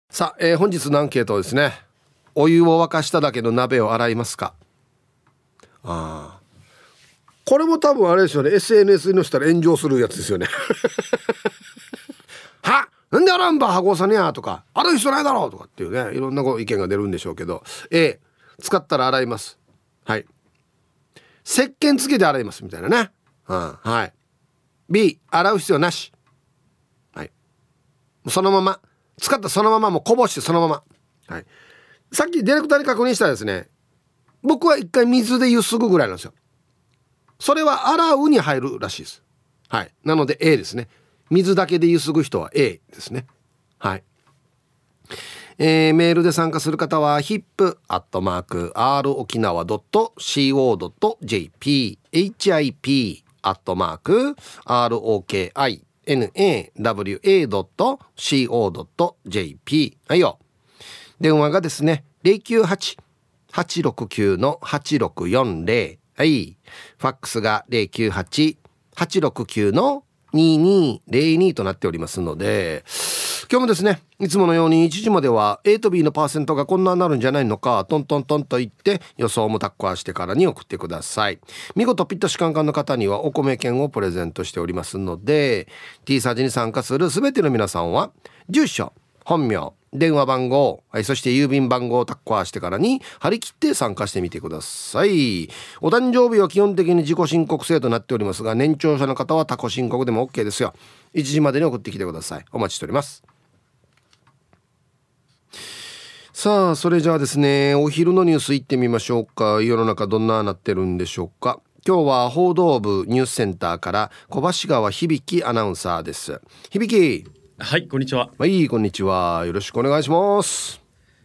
さあ、本日のアンケートですね。お湯を沸かしただけの鍋を洗いますか？これも多分あれですよね、 SNS にしたら炎上するやつですよねはなんで洗うんば箱さんやとか、洗う必要ないだろうとかっていうね、いろんな意見が出るんでしょうけど、 A 使ったら洗います。はい。石鹸つけて洗いますみたいなね。はい。 B 洗う必要なし。はい。そのまま使ったそのままもうこぼしてそのまま。はい。さっきディレクターに確認したらですね、僕は一回水でゆすぐぐらいなんですよ。それは洗うに入るらしいです。はい。なので A ですね。水だけでゆすぐ人は A ですね。はい。メールで参加する方は hip@r 沖縄 .co.jp hip@ROKINAWA.co.jp はいよ。電話がですね 098-869-8640。はい。ファックスが 098-869-2202 となっておりますので、今日もですね、いつものように1時までは A と B のパーセントがこんなになるんじゃないのか、トントントンと言って予想もタッコアしてからに送ってください。見事ピットシカンカンの方にはお米券をプレゼントしておりますので、 T サージに参加するすべての皆さんは住所、本名、電話番号、はい、そして郵便番号をタッコアしてからに張り切って参加してみてください。お誕生日は基本的に自己申告制となっておりますが、年長者の方は他己申告でも OK ですよ。1時までに送ってきてください。お待ちしております。さあ、それじゃあですね、お昼のニュース行ってみましょうか。世の中どんななってるんでしょうか。今日は報道部ニュースセンターから小橋川響アナウンサーです。響。 はい、こんにちは。 はい、こんにちは。よろしくお願いします。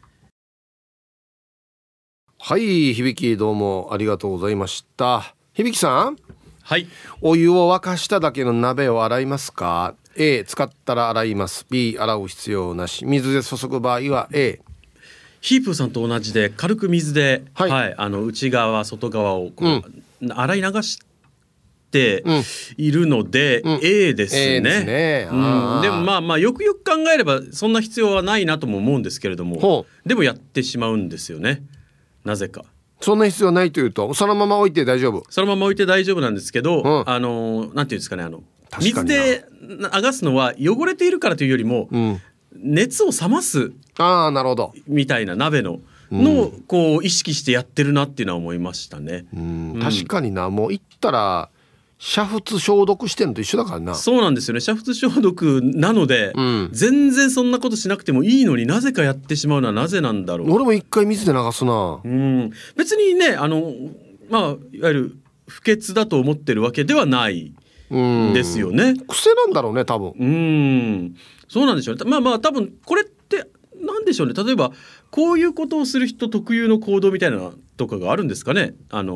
はい、響、どうもありがとうございました。響さん。 はい。 お湯を沸かしただけの鍋を洗いますか？ A 使ったら洗います。 B 洗う必要なし。水で注ぐ場合は A。 ヒープーさんと同じで軽く水で、 はい、 内側外側をこう、洗い流しているので、A ですね。 A ですね。 でもまあよくよく考えればそんな必要はないなとも思うんですけれども、でもやってしまうんですよね。なぜか。 そんな必要ないというと、そのまま置いて大丈夫。 そのまま置いて大丈夫なんですけど、なんていうんですかね、水で流すのは汚れているからというよりも、熱を冷ますなるほどみたいな鍋のこう意識してやってるなっていうのは思いましたね。 確かにな、もう行ったら煮沸消毒してんのと一緒だからな。 そうなんですよね。煮沸消毒なので、全然そんなことしなくてもいいのになぜかやってしまうのはなぜなんだろう。 俺も一回水で流すな。 別にね、いわゆる不潔だと思ってるわけではないですよね。 癖なんだろうね、多分。 そうなんでしょうね。多分これってなんでしょうね。例えばこういうことをする人特有の行動みたいなとかがあるんですかね。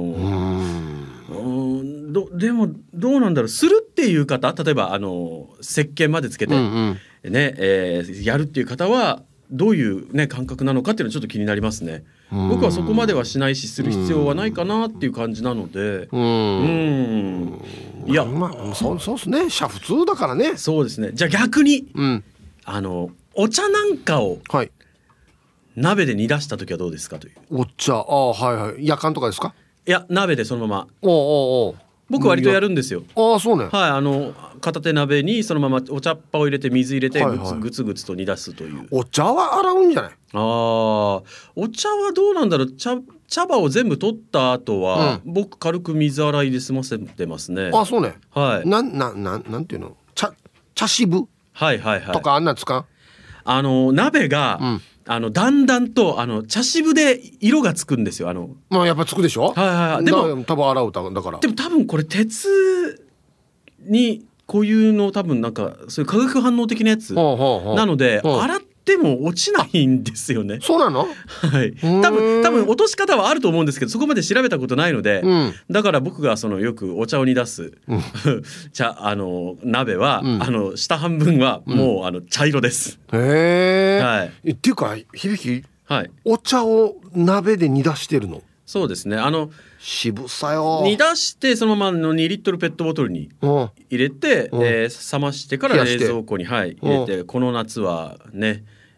でもどうなんだろう。するっていう方、例えば石鹸までつけて、やるっていう方はどういう、感覚なのかっていうのはちょっと気になりますね。僕はそこまではしないしする必要はないかなっていう感じなので。いや、 そうですね。煮沸だからね。 そうですね。じゃあ逆に、お茶なんかを鍋で煮出した時はどうですかという。 お茶、はい。夜間とかですか？ いや、鍋でそのまま。僕割とやるんですよ。 そうね。 はい、片手鍋にそのままお茶っ葉を入れて水入れてグツグツと煮出すという。 お茶は洗うんじゃない？ お茶はどうなんだろう。茶葉を全部取った後は、僕軽く水洗いで済ませてますね。 そうね。 はい。 なんていうの？茶渋とかあんなんつか？ 鍋が、だんだんと茶渋で色がつくんですよ。 やっぱつくでしょ。 でも多分洗うだから。 でも多分これ鉄にこういうの多分なんかそういう化学反応的なやつなので、洗っても落ちないんですよね。 そうなの？ はい。多分落とし方はあると思うんですけど、そこまで調べたことないので、だから僕がよくお茶を煮出す、鍋は、下半分はもう茶色です。 へえ。っていうか響、お茶を鍋で煮出してるの？ そうですね。 渋さよ。 煮出してそのまま2リットルペットボトルに入れて、冷ましてから冷蔵庫に、入れて、この夏はね、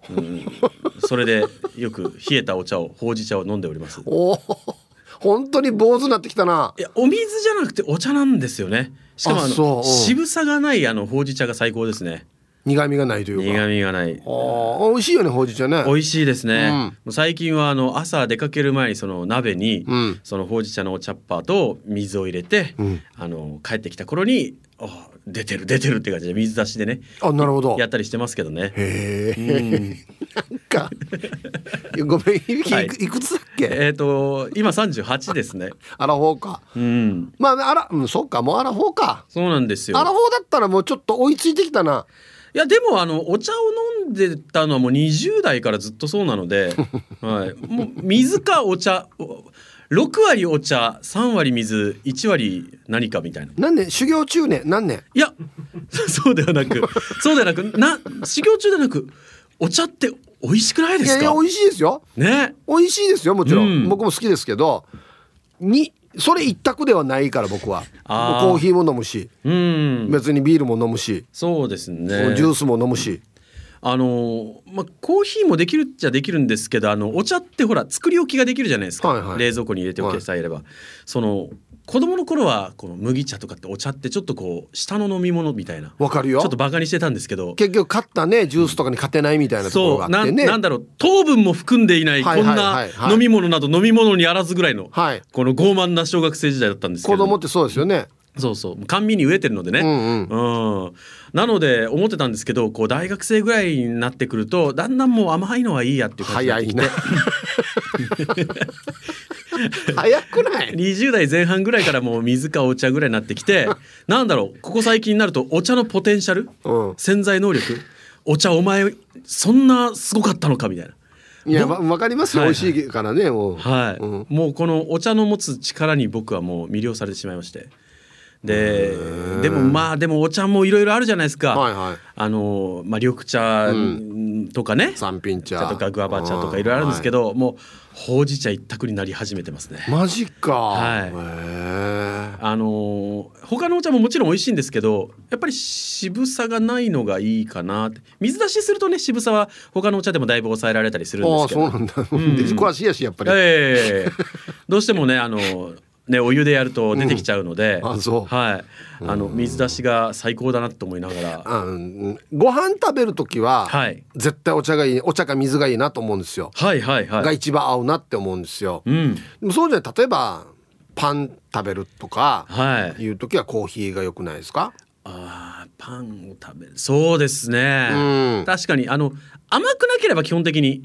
それでよく冷えたお茶をほうじ茶を飲んでおります。 お本当に坊主になってきたな。 いやお水じゃなくてお茶なんですよね。しかもそう渋さがないほうじ茶が最高ですね。 苦味がないというか。 苦味がない。 美味しいよねほうじ茶ね。 美味しいですね、最近は朝出かける前にその鍋に、そのほうじ茶のお茶っ葉と水を入れて、帰ってきた頃に出てるって感じで水出しでねなるほどやったりしてますけどね。 へえ、なんかごめん響き、いくつだっけ？ 今38ですね。 アラフォーか。まあそうかもうアラフォーか。 そうなんですよ。 アラフォーだったらもうちょっと追いついてきたな。 いやでもお茶を飲んでたのはもう20代からずっとそうなので、はい、もう水かお茶6割お茶3割水1割何かみたいな。 何年修行中ね何年？ いやそうではなく修行中ではなくお茶って美味しくないですか？ いや美味しいですよね。美味しいですよもちろん、僕も好きですけどそれ一択ではないから僕は。コーヒーも飲むし、別にビールも飲むし、 そうですね、 ジュースも飲むし、 コーヒーもできるっちゃできるんですけどお茶ってほら作り置きができるじゃないですか、冷蔵庫に入れておけさえいれば、その子供の頃はこの麦茶とかってお茶ってちょっとこう下の飲み物みたいな、 わかるよ、 ちょっとバカにしてたんですけど、 結局買ったねジュースとかに勝てないみたいなところがあってね、 なんだろう糖分も含んでいないこんな飲み物など飲み物にあらずぐらいの、この傲慢な小学生時代だったんですけど、 子供ってそうですよね。 そう甘味に飢えてるのでね、なので思ってたんですけど、こう大学生ぐらいになってくるとだんだんもう甘いのはいいやっていう感じになってきて、 早くない 20代前半ぐらいからもう水かお茶ぐらいになってきてなんだろうここ最近になるとお茶のポテンシャル、潜在能力、お茶お前そんなすごかったのかみたいな。 いやわかりますよ、美味しいからねもう、 もうこのお茶の持つ力に僕はもう魅了されてしまいまして、でもお茶もいろいろあるじゃないですか、緑茶とかね、 三品茶とかグアバ茶とかいろいろあるんですけど、もうほうじ茶一択になり始めてますね。 マジか。 他のお茶ももちろん美味しいんですけど、やっぱり渋さがないのがいいかなって。水出しするとね渋さは他のお茶でもだいぶ抑えられたりするんですけど、 そうなんだ、詳しいやしやっぱり、 どうしてもねお湯でやると出てきちゃうので、水出しが最高だなと思いながら、 ご飯食べるときは、絶対お茶がいい、お茶か水がいいなと思うんですよ、が一番合うなって思うんですよ、でもそうじゃない、例えばパン食べるとかいうときはコーヒーが良くないですか？ パンを食べる、そうですね、確かに甘くなければ基本的に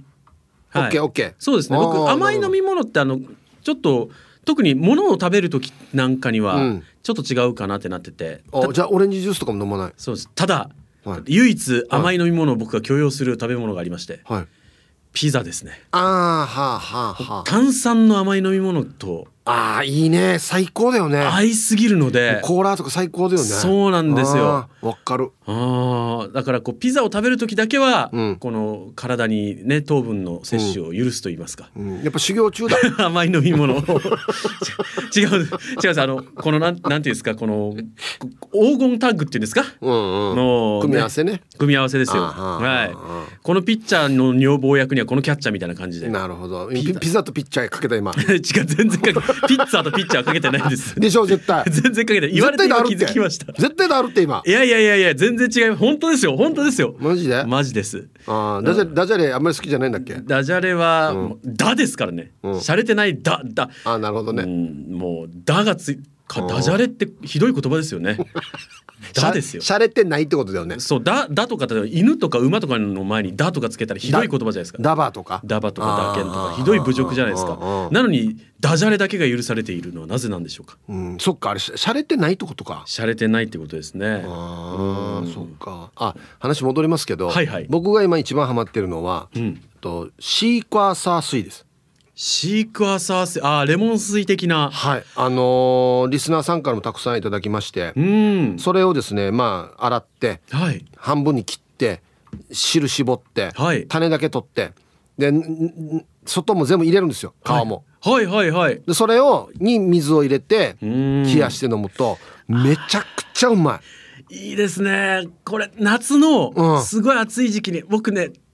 OK、 そうですね。僕甘い飲み物ってちょっと特に物を食べる時なんかにはちょっと違うかなってなってて、 じゃあオレンジジュースとかも飲まない？ そうです。ただ、唯一甘い飲み物を僕が許容する食べ物がありまして、ピザですね。炭酸の甘い飲み物といいね、最高だよね、 合いすぎるので、 コーラとか最高だよね。 そうなんですよ、 わかる。 だからこうピザを食べる時だけは、この体にね糖分の摂取を許すと言いますか、 やっぱ修行中だ甘い飲み物を違うこのなんていうんですか、この黄金タッグっていうんですか、の組み合わせね、 組み合わせですよ。このピッチャーの女房役にはこのキャッチャーみたいな感じで。 なるほど。ピザとピッチャーかけた今違う、全然かけピッツァとピッチャーはかけてないですでしょ、絶対全然かけてない。言われて今気づきました。 絶対だるって今。 いや全然違う、本当ですよマジでマジです。 ダジャレあんまり好きじゃないんだっけ？ ダジャレは、ダですからね、洒落てないダ。 なるほどね、 もうダがダジャレってひどい言葉ですよねダですよ。 洒落てないってことだよね。 そうダとか、例えば犬とか馬とかの前にダとかつけたらひどい言葉じゃないですか。 ダバとかダケンとかひどい侮辱じゃないですか。なのにダジャレだけが許されているのはなぜなんでしょうか。 そっか、あれ洒落てないってことか。 洒落てないってことですね。 そっか。話戻りますけど、僕が今一番ハマってるのは、シークワーサー水です。 シークワーサー水、レモン水的な。 リスナーさんからもたくさんいただきまして、それをですね洗って、半分に切って汁絞って、種だけ取ってで外も全部入れるんですよ、皮も。でそれに水を入れて冷やして飲むとめちゃくちゃうまい。 いいですね。これ夏のすごい暑い時期に、僕ね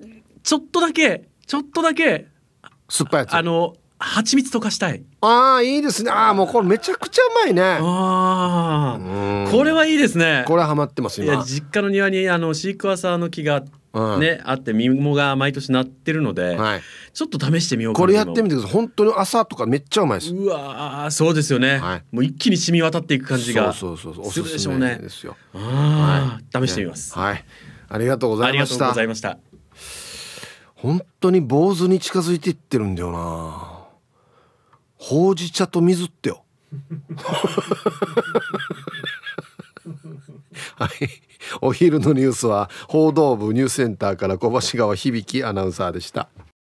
ちょっとだけ酸っぱいやつ。 蜂蜜溶かしたい。 ああいいですね。ああもうこれめちゃくちゃうまいね。 ああこれはいいですね。 これハマってます今。 いや実家の庭にシークワーサーの木がね、あって実が毎年なってるので、 はい、 ちょっと試してみようかな。 これやってみてください。本当に朝とかめっちゃうまいです。 うわそうですよね、 はい、 もう一気に染み渡っていく感じがそうするでしょうね。 ですよ。 はい、試してみます、 はい、ありがとうございました。 ありがとうございました。 本当に坊主に近づいていってるんだよな。ほうじ茶と水ってよはい、お昼のニュースは報道部ニュースセンターから小橋川響アナウンサーでした。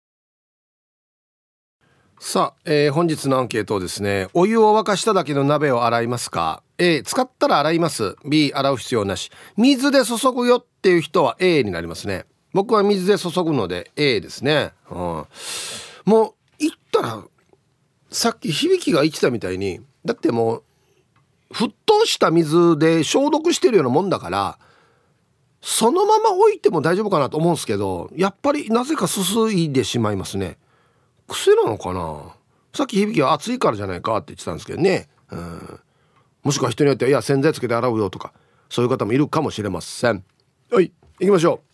さあ、本日のアンケートをですね。お湯を沸かしただけの鍋を洗いますか？ A 使ったら洗います。 B 洗う必要なし。水で注ぐよっていう人は A になりますね。僕は水で注ぐので A ですね、もう言ったらさっき響が言ってたみたいに、だってもう沸騰した水で消毒してるようなもんだから、そのまま置いても大丈夫かなと思うんですけど、やっぱりなぜかすすいでしまいますね。癖なのかな。さっき響は暑いからじゃないかって言ってたんですけどね、もしくは人によってはいや洗剤つけて洗うよとか、そういう方もいるかもしれません。はい、行きましょう。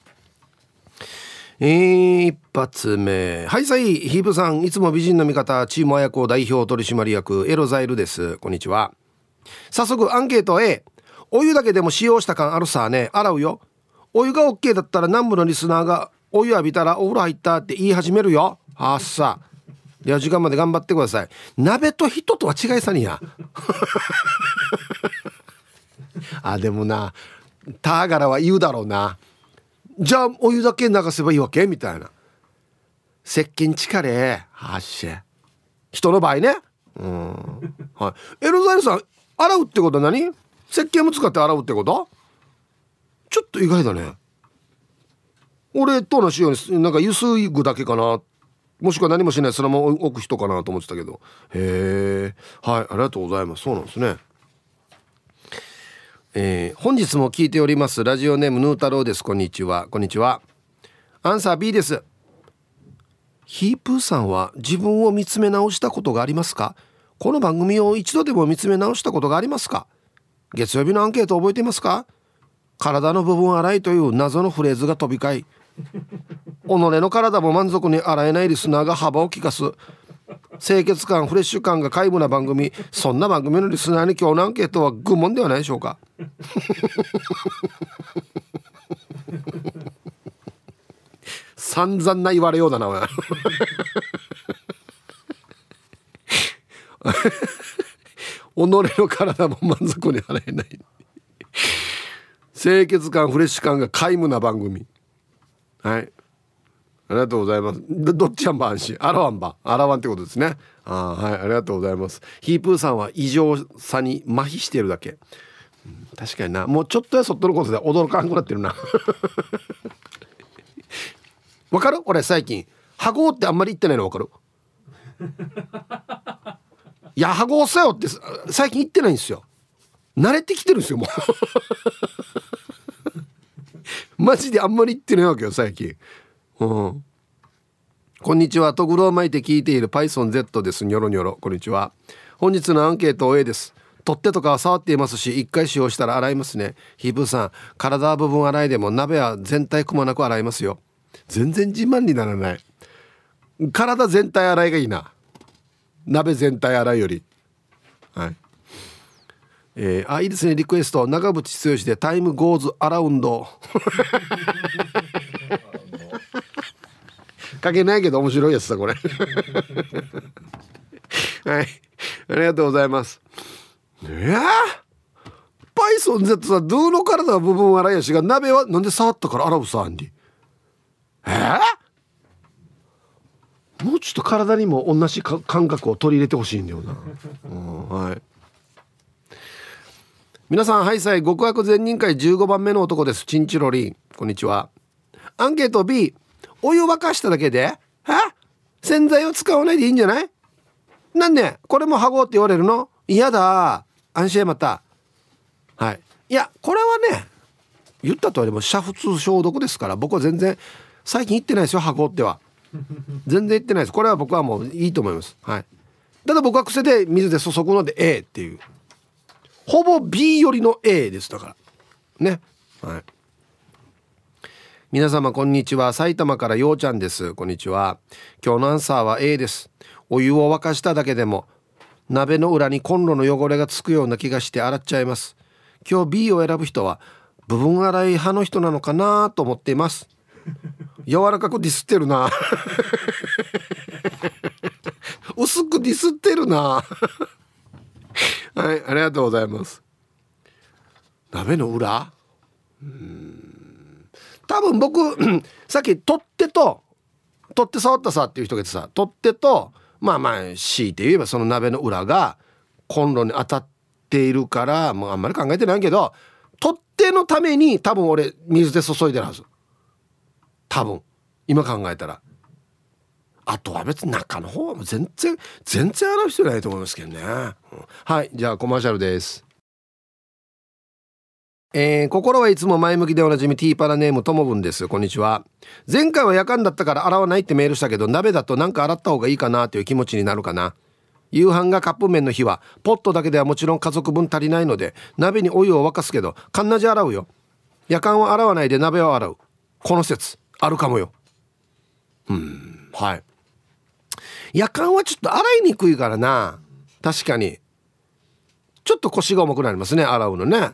一発目、はいさい、ヒープさん、いつも美人の味方、チーム綾子代表取締役エロザイルです。こんにちは。早速アンケート A。 お湯だけでも使用した感あるさね。洗うよ。お湯が OK だったら南部のリスナーがお湯浴びたらお風呂入ったって言い始めるよ。あっさ、では時間まで頑張ってください。鍋と人とは違いさにやあ、でもな、ターガラは言うだろうな。じゃあお湯だけ流せばいいわけみたいな。石鹸力はっしゃ人の場合ね。はい、エルザイルさん、洗うってことは何？石鹸も使って洗うってこと？ちょっと意外だね。俺と同じようになんかゆすぐだけかな、もしくは何もしないそのまま置く人かなと思ってたけど。へえ、はい、ありがとうございます。そうなんですね。本日も聞いておりますラジオネームヌー太郎です。こんにちは。こんにちは。アンサー B です。ヒープーさんは自分を見つめ直したことがありますか？この番組を一度でも見つめ直したことがありますか？月曜日のアンケート覚えていますか？体の部分洗いという謎のフレーズが飛び交い、己の体も満足に洗えないリスナーが幅を利かす清潔感フレッシュ感が皆無な番組。そんな番組のリスナーに今日のアンケートは愚問ではないでしょうか。散々な言われようだな己の体も満足に洗えない清潔感フレッシュ感が皆無な番組。はい、ありがとうございます。どっちやんば安心洗わんば洗わんってことですね。はい、ありがとうございます。ヒープーさんは異常さに麻痺してるだけ、確かにな。もうちょっとやそっとのことで驚かんくなってるなわかる？俺最近ハゴってあんまり言ってないのわかる？いやハゴさよって最近言ってないんですよ。慣れてきてるんですよもうマジであんまり言ってないわけよ最近。こんにちは。トグロを巻いて聞いている PythonZ です。ニョロニョロ。こんにちは。本日のアンケート A です。取っ手とかは触っていますし、一回使用したら洗いますね。ヒープーさん、体部分洗いでも鍋は全体くまなく洗いますよ。全然自慢にならない。体全体洗いがいいな、鍋全体洗いより。はい、いいですね。リクエスト長渕剛でタイムゴーズアラウンド書けないけど面白いやつだこれはい、ありがとうございます。パイソン Z はドゥの体の部分洗いやしが、鍋はなんで触ったから洗うさんに。もうちょっと体にも同じ感覚を取り入れてほしいんだよな、はい。皆さん、ハイサイ極悪善人会15番目の男です。チンチロリン、こんにちは。アンケート B。 お湯沸かしただけで洗剤を使わないでいいんじゃない？なんでこれもハゴって言われるの？嫌だ。安心また。はい、いやこれはね、言った通りも煮沸消毒ですから、僕は全然最近行ってないですよ、箱っては。全然行ってないです。これは僕はもういいと思います。はい。ただ僕は癖で水で注ぐので A っていう、ほぼ B よりの A です。だからね。はい。皆様こんにちは、埼玉からようちゃんです。こんにちは。今日のアンサーは A です。お湯を沸かしただけでも鍋の裏にコンロの汚れがつくような気がして洗っちゃいます。今日 B を選ぶ人は部分洗い派の人なのかなと思っています。柔らかくディスってるな。薄くディスってるな。はい、ありがとうございます。鍋の裏、多分僕さっき取っ手触ったさっていう人がいてさ、取っ手とまあ強いて言えばその鍋の裏がコンロに当たっているから、もうあんまり考えてないけど、取っ手のために多分俺水で注いでるはず、多分今考えたら。あとは別に中の方はもう全然洗う必要ないと思いますけどね、はい、じゃあコマーシャルです。心はいつも前向きでおなじみティーパラネームともぶんです。こんにちは。前回は夜間だったから洗わないってメールしたけど、鍋だとなんか洗った方がいいかなという気持ちになるかな。夕飯がカップ麺の日はポットだけではもちろん家族分足りないので鍋にお湯を沸かすけどかんなじ洗うよ。夜間は洗わないで鍋を洗う、この説あるかもよ。はい。夜間はちょっと洗いにくいからな。確かにちょっと腰が重くなりますね、洗うのね。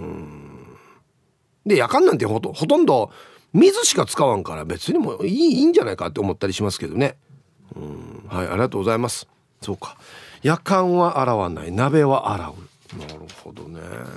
で夜間なんてほとんど水しか使わんから別にもういいんじゃないかって思ったりしますけどね。はい、ありがとうございます。そうか、夜間は洗わない、鍋は洗う。なるほどね。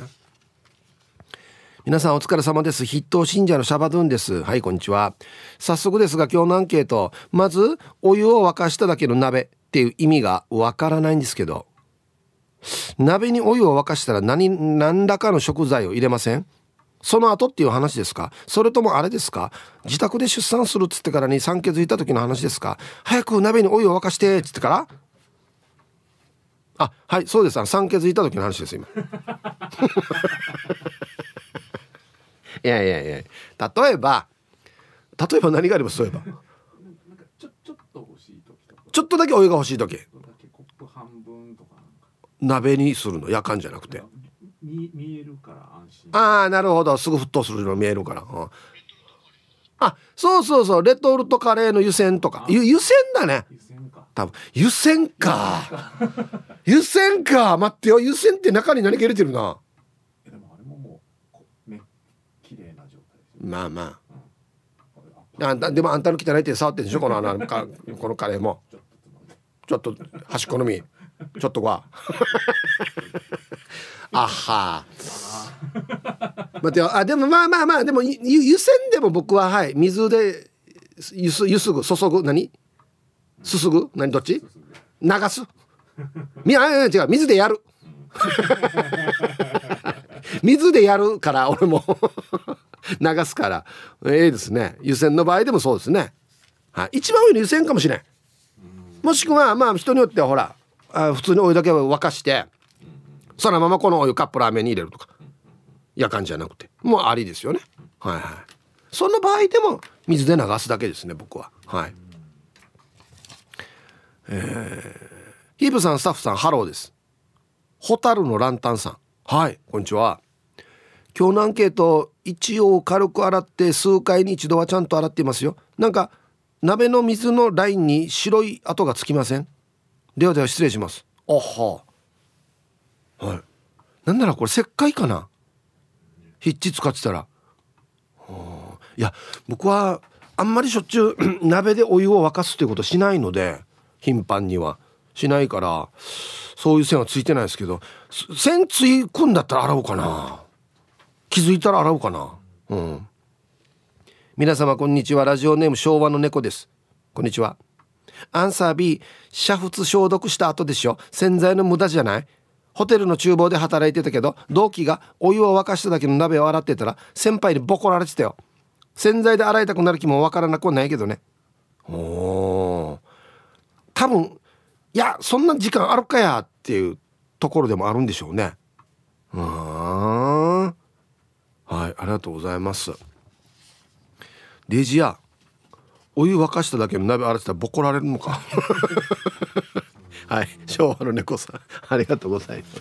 皆さんお疲れ様です。筆頭信者のシャバドゥンです。はい、こんにちは。早速ですが今日のアンケート、まずお湯を沸かしただけの鍋っていう意味がわからないんですけど、鍋にお湯を沸かしたら何らかの食材を入れません？その後っていう話ですか？それともあれですか、自宅で出産するっつってからに産気づいた時の話ですか？早く鍋にお湯を沸かしてっつってから。あ、はい、そうです。産気づいた時の話です今。いや例えば何があります？そういえばちょっと欲しい時とか、ちょっとだけお湯が欲しい時、コップ半分とか鍋にするの、夜間じゃなくて見えるから安心。ああ、なるほど、すぐ沸騰するの見えるから、あ、そうレトルトカレーの湯煎とか、湯煎だね、多分湯煎か。湯煎か、待ってよ、湯煎って中に何か入れてるな。でもあれももうね、綺麗な状態です。まあ、でもあんたの汚い手触ってんでしょ、このこのカレーもちょっと端っこのみちょっとはあは待ってよ。でもまあでも湯煎でも僕は、はい、水でゆすぐ注ぐ、すすぐどっち流す違う、水でやる。水でやるから俺も流すから、ですね。湯煎の場合でもそうですね、はい、一番多いの湯煎かもしれん。もしくは人によってはほら、普通にお湯だけ沸かしてそのままこのお湯カップラーメンに入れるとか、夜間じゃなくてもうありですよね。はいはい。その場合でも水で流すだけですね、僕は。はい。ヒープさん、スタッフさん、ハローです。ホタルのランタンさん、はい、こんにちは。今日のアンケート、一応軽く洗って数回に一度はちゃんと洗っていますよ。なんか鍋の水のラインに白い跡がつきません？では失礼します。あは、はい。なんならこれ石灰かな、ヒッチ使ってたら。いや僕はあんまりしょっちゅう鍋でお湯を沸かすということしないので、頻繁にはしないからそういう線はついてないですけど、線つくんだったら洗おうかな、気づいたら洗おうかな。皆様こんにちは。ラジオネーム昭和の猫です。こんにちは。アンサー B、 煮沸消毒した後でしょ。洗剤の無駄じゃない？ホテルの厨房で働いてたけど、同期がお湯を沸かしただけの鍋を洗ってたら先輩にボコられてたよ。洗剤で洗いたくなる気もわからなくはないけどね。多分いやそんな時間あるかやっていうところでもあるんでしょうね。はい、ありがとうございます。デジヤ、 お湯沸かしただけの鍋洗ってたらボコられるのかはい、昭和の猫さんありがとうございます。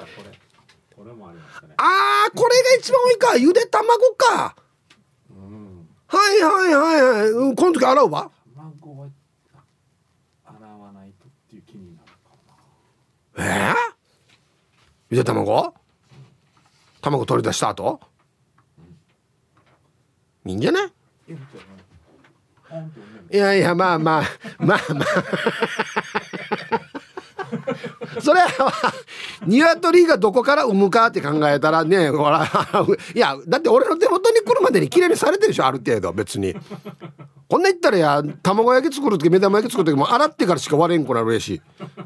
あー、これが一番多いか。ゆで卵か。はいはいはいはい。この時洗うわ。 卵は洗わないとっていう気になるかな。 ゆで卵取り出した後、いいんじゃない？いやいや、まあまあまあまあそれは鶏がどこから産むかって考えたらね、ほらいやだって俺の手元に来るまでに綺麗にされてるでしょ、ある程度。別にこんな言ったら、や卵焼き作る時目玉焼き作る時も洗ってからしか割れんくなるやし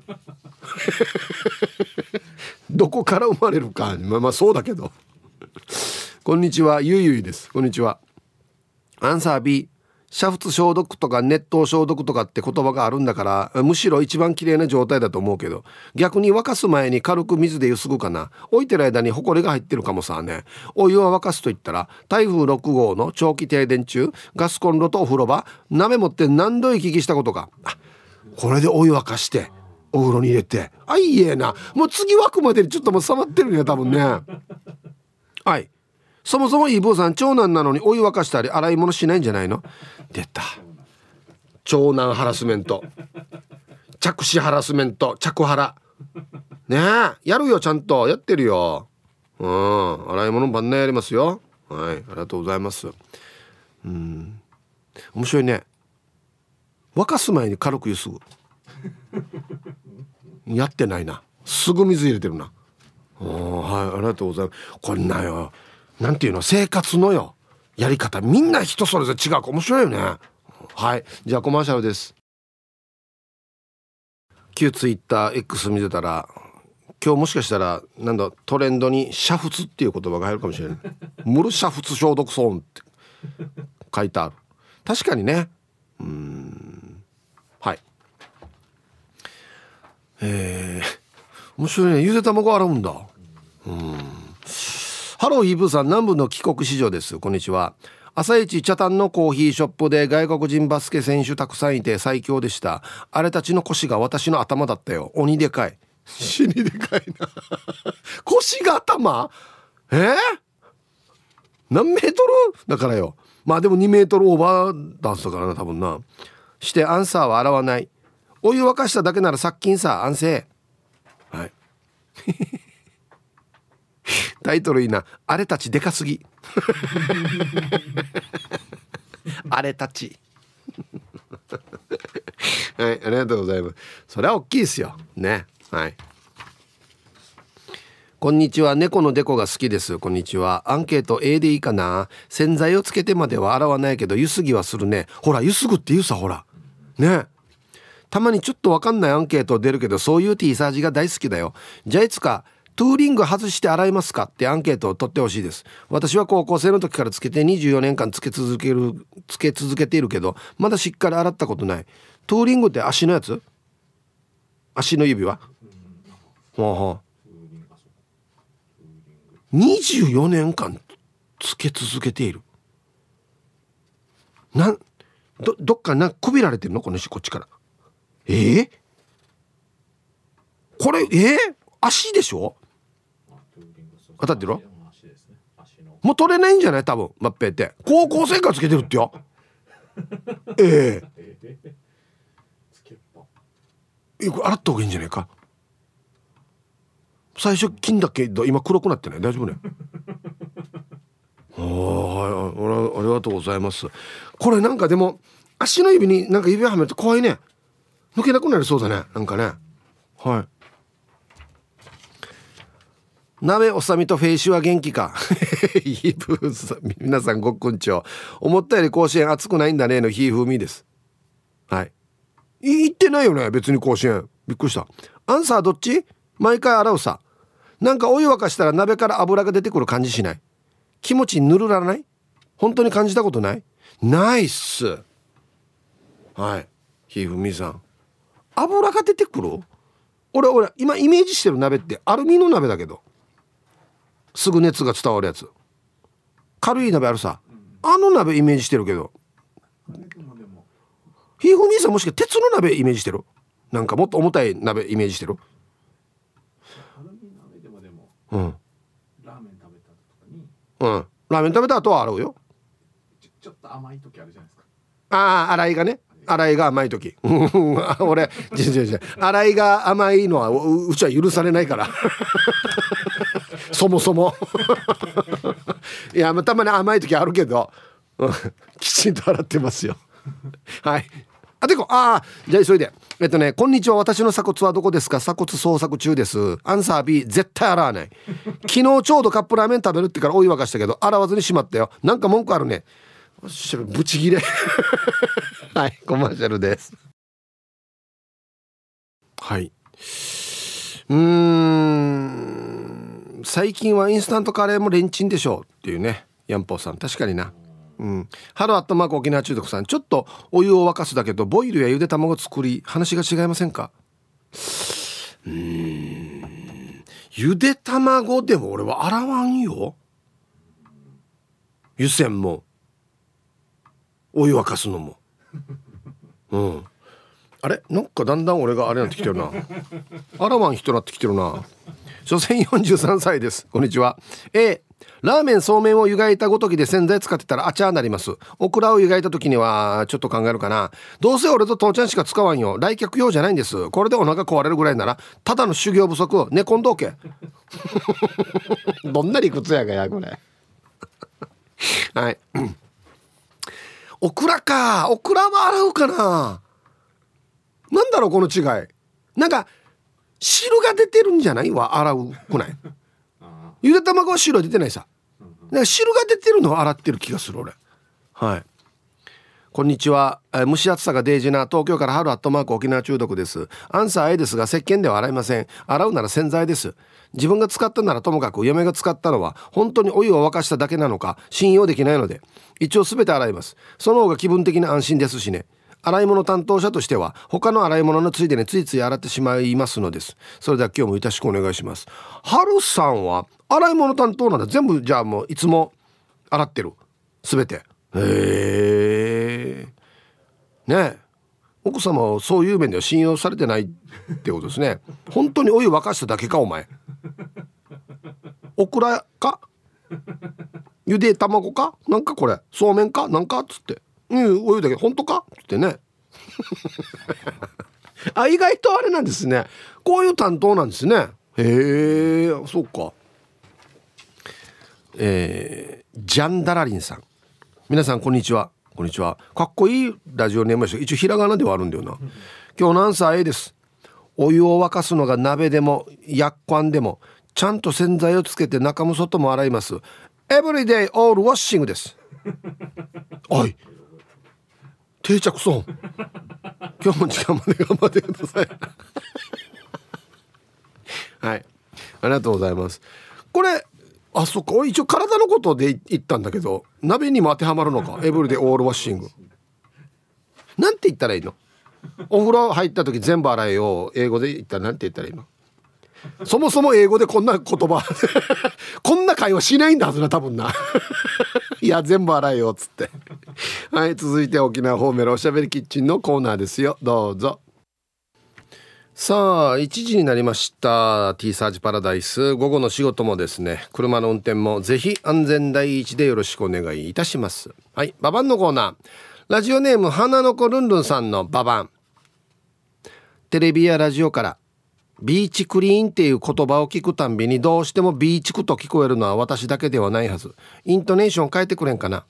どこから生まれるか、まあまあそうだけどこんにちは、ゆいゆいです。こんにちは。アンサー B、煮沸消毒とか熱湯消毒とかって言葉があるんだから、むしろ一番綺麗な状態だと思うけど、逆に沸かす前に軽く水でゆすぐかな。置いてる間にホコリが入ってるかもさね。お湯は沸かすと言ったら、台風6号の長期停電中、ガスコンロとお風呂場、鍋持って何度行き来したことか。あ、これでお湯沸かしてお風呂に入れて、あ、いいえな。もう次沸くまでにちょっともう冷まってるね、多分ね。はい、そもそもイーブーさん長男なのにお湯沸かしたり洗い物しないんじゃないの？出た、長男ハラスメント、着手ハラスメント、着ハラねえ、やるよ、ちゃんとやってるよ。洗い物晩年やりますよ。はい、ありがとうございます。面白いね。沸かす前に軽くゆすぐやってないな。すぐ水入れてるな。はい、ありがとうございます。これなよ、なんていうの、生活のよやり方、みんな人それぞれ違うか面白いよね。はい、じゃあコマーシャルです。旧ツイッター X 見てたら、今日もしかしたらなんだトレンドに煮沸っていう言葉が入るかもしれないムル煮沸消毒ソーンって書いてある。確かにね。はい、面白いね。ゆで卵洗うんだ。ハローイーブーさん、南部の帰国子女です。こんにちは。朝一茶炭のコーヒーショップで外国人バスケ選手たくさんいて最強でした。あれたちの腰が私の頭だったよ。鬼でかい。死にでかいな腰が頭？何メートルだからよ。まあでも2メートルオーバーダンスだからな、多分な。してアンサーは洗わない。お湯沸かしただけなら殺菌さ、安静。はいタイトルいいな。あれたちでかすぎあれたちはい、ありがとうございます。それは大きいですよね。はい、こんにちは、猫のデコが好きです。こんにちは。アンケート A でいいかな。洗剤をつけてまでは洗わないけどゆすぎはするね。ほら、ゆすぐって言うさ、ほらね。たまにちょっとわかんないアンケート出るけど、そういう T サージが大好きだよ。じゃあいつかトゥーリング外して洗いますかってアンケートを取ってほしいです。私は高校生の時からつけて24年間つけ続けているけど、まだしっかり洗ったことない。トゥーリングって足のやつ？足の指輪？24年間つけ続けている。どっかくびられてるのこの人、こっちから。これ足でしょ？当たってる？もう取れないんじゃない？多分マッペって高校生からつけてるってよこれ洗った方がいいんじゃないか。最初金だけど今黒くなってない？大丈夫ねはい、ありがとうございます。これなんかでも足の指になんか指輪はめると怖いね。抜けなくなりそうだね、なんかね。はい、鍋おさみとフェイシは元気かヒープーさん、皆さんごっくんちょ。思ったより甲子園暑くないんだねのヒーフーミーです。はい、行ってないよね別に甲子園。びっくりした。アンサーどっち？毎回洗うさ。なんかお湯沸かしたら鍋から油が出てくる感じしない？気持ちぬるらない？本当に感じたことない？ナイス。はい、ひふみさん、油が出てくる？俺今イメージしてる鍋ってアルミの鍋だけど、すぐ熱が伝わるやつ。軽い鍋あるさ、あの鍋イメージしてるけど。 ひふみさんもしかして鉄の鍋イメージしてる？なんかもっと重たい鍋イメージしてる？ アルミ鍋でもでもうん。 ラーメン食べた後とかにうん。ラーメン食べた後は洗うよ。 ちょっと甘い時あるじゃないですか。 ああ、洗いがね。洗いが甘い時。俺、洗いが甘いのはうちは許されないから。そもそも。いや、たまに甘い時あるけど、きちんと洗ってますよ。はい。あ、てこ、じゃあ急いで。こんにちは。私の鎖骨はどこですか？鎖骨捜索中です。アンサー B、絶対洗わない。昨日ちょうどカップラーメン食べるってからお湯沸かしたけど、洗わずにしまったよ。なんか文句あるね。ブチギレ。はい、コマーシャルです。はい。最近はインスタントカレーもレンチンでしょうっていうね、ヤンポーさん、確かにな。ハローアットマーク沖縄中毒さん、ちょっとお湯を沸かすだけどボイルやゆで卵作り話が違いませんか？ゆで卵でも俺は洗わんよ。湯煎もお湯沸かすのも。あれなんかだんだん俺があれなってきてるな。洗わん人なってきてるな。所詮43歳です。こんにちは。ラーメンそうめんを湯がいたごときで洗剤使ってたらあちゃーなります。オクラを湯がいた時にはちょっと考えるかな。どうせ俺と父ちゃんしか使わんよ。来客用じゃないんです。これでお腹壊れるぐらいならただの修行不足。寝込んどけ。どんな理屈やがやこれ。はい。オクラか。オクラは洗うかな。なんだろうこの違い。なんか汁が出てるんじゃないわ。洗うくない。ゆで卵は汁は出てないさ。だから汁が出てるのを洗ってる気がする俺。はい。こんにちは。蒸し暑さがデージな東京から春アットマーク沖縄中毒です。アンサー A ですが石鹸では洗いません。洗うなら洗剤です。自分が使ったならともかく嫁が使ったのは本当にお湯を沸かしただけなのか信用できないので一応全て洗います。その方が気分的に安心ですしね。洗い物担当者としては他の洗い物のついでについつい洗ってしまいますのです。それでは今日もよろしくお願いします。春さんは洗い物担当なんだ。全部じゃあもういつも洗ってる全て。ねえ、奥様はそういう面では信用されてないってことですね。本当にお湯沸かしただけかお前。オクラかゆで卵かなんかこれそうめんかなんかっつってお湯だけ本当かってね。意外とあれなんですね。こういう担当なんですね。へえ、そうか。ジャンダラリンさん、皆さんこんにちは。こんにちは。かっこいいラジオネームでした。一応ひらがなではあるんだよな。今日のアンサー A です。お湯を沸かすのが鍋でもやっこんでもちゃんと洗剤をつけて中も外も洗います。エブリデイオールウォッシングです。はい、定着そう。今日も時間まで頑張ってください。はい、ありがとうございます。これそっか、一応体のことで言ったんだけど鍋にも当てはまるのか。エブリデイオールウォッシングなんて言ったらいいの？お風呂入った時全部洗えよ英語で言ったらなんて言ったらいいの？そもそも英語でこんな言葉こんな会話しないんだはずな多分な。いや全部洗えよっつって。はい、続いて沖縄方面のおしゃべりキッチンのコーナーですよ。どうぞ。さあ1時になりました。 T サージパラダイス、午後の仕事もですね車の運転もぜひ安全第一でよろしくお願いいたします。はい、ババンのコーナー。ラジオネーム花の子ルンルンさんのババン。テレビやラジオからビーチクリーンっていう言葉を聞くたんびにどうしてもビーチクと聞こえるのは私だけではないはず。イントネーション変えてくれんかな。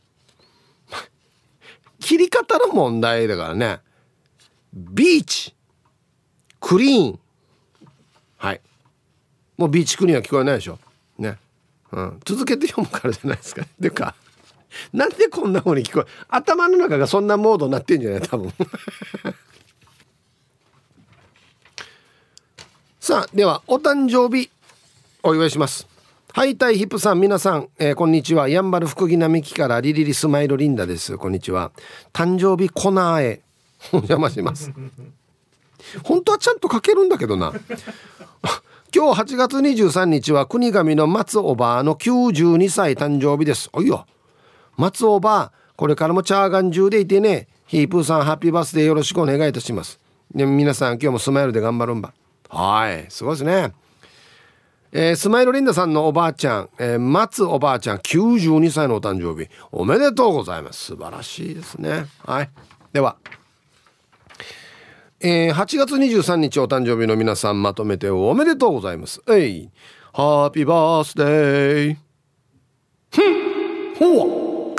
切り方の問題だからね。ビーチクリーン、はい、もうビーチクリーンは聞こえないでしょね、続けて読むからじゃないですか。てかなんでこんな風に聞こえ、頭の中がそんなモードになってんじゃない多分。さあではお誕生日お祝いします。ハイタイヒップさん、皆さん、こんにちは。やんばる福木並木からリリリスマイルリンダです。こんにちは。誕生日コナーへお邪魔します。本当はちゃんと書けるんだけどな。今日8月23日は国神の松おばあの92歳誕生日です。おいよ松おばあ、これからもチャーガン中でいてね。 ヒープーさんハッピーバースデーよろしくお願いいたします。で皆さん今日もスマイルで頑張るんば。はい、すごいですね。スマイルリンダさんのおばあちゃん、松おばあちゃん92歳のお誕生日おめでとうございます。素晴らしいですね。はい、では、8月23日お誕生日の皆さんまとめておめでとうございます。ハッピーバースデー。ほ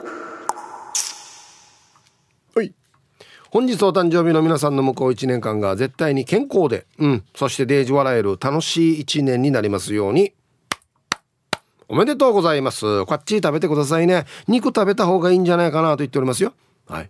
わ、はい、本日お誕生日の皆さんの向こう1年間が絶対に健康で、そしてデージ笑える楽しい1年になりますように。おめでとうございます。こっち食べてくださいね。肉食べた方がいいんじゃないかなと言っておりますよ。はい。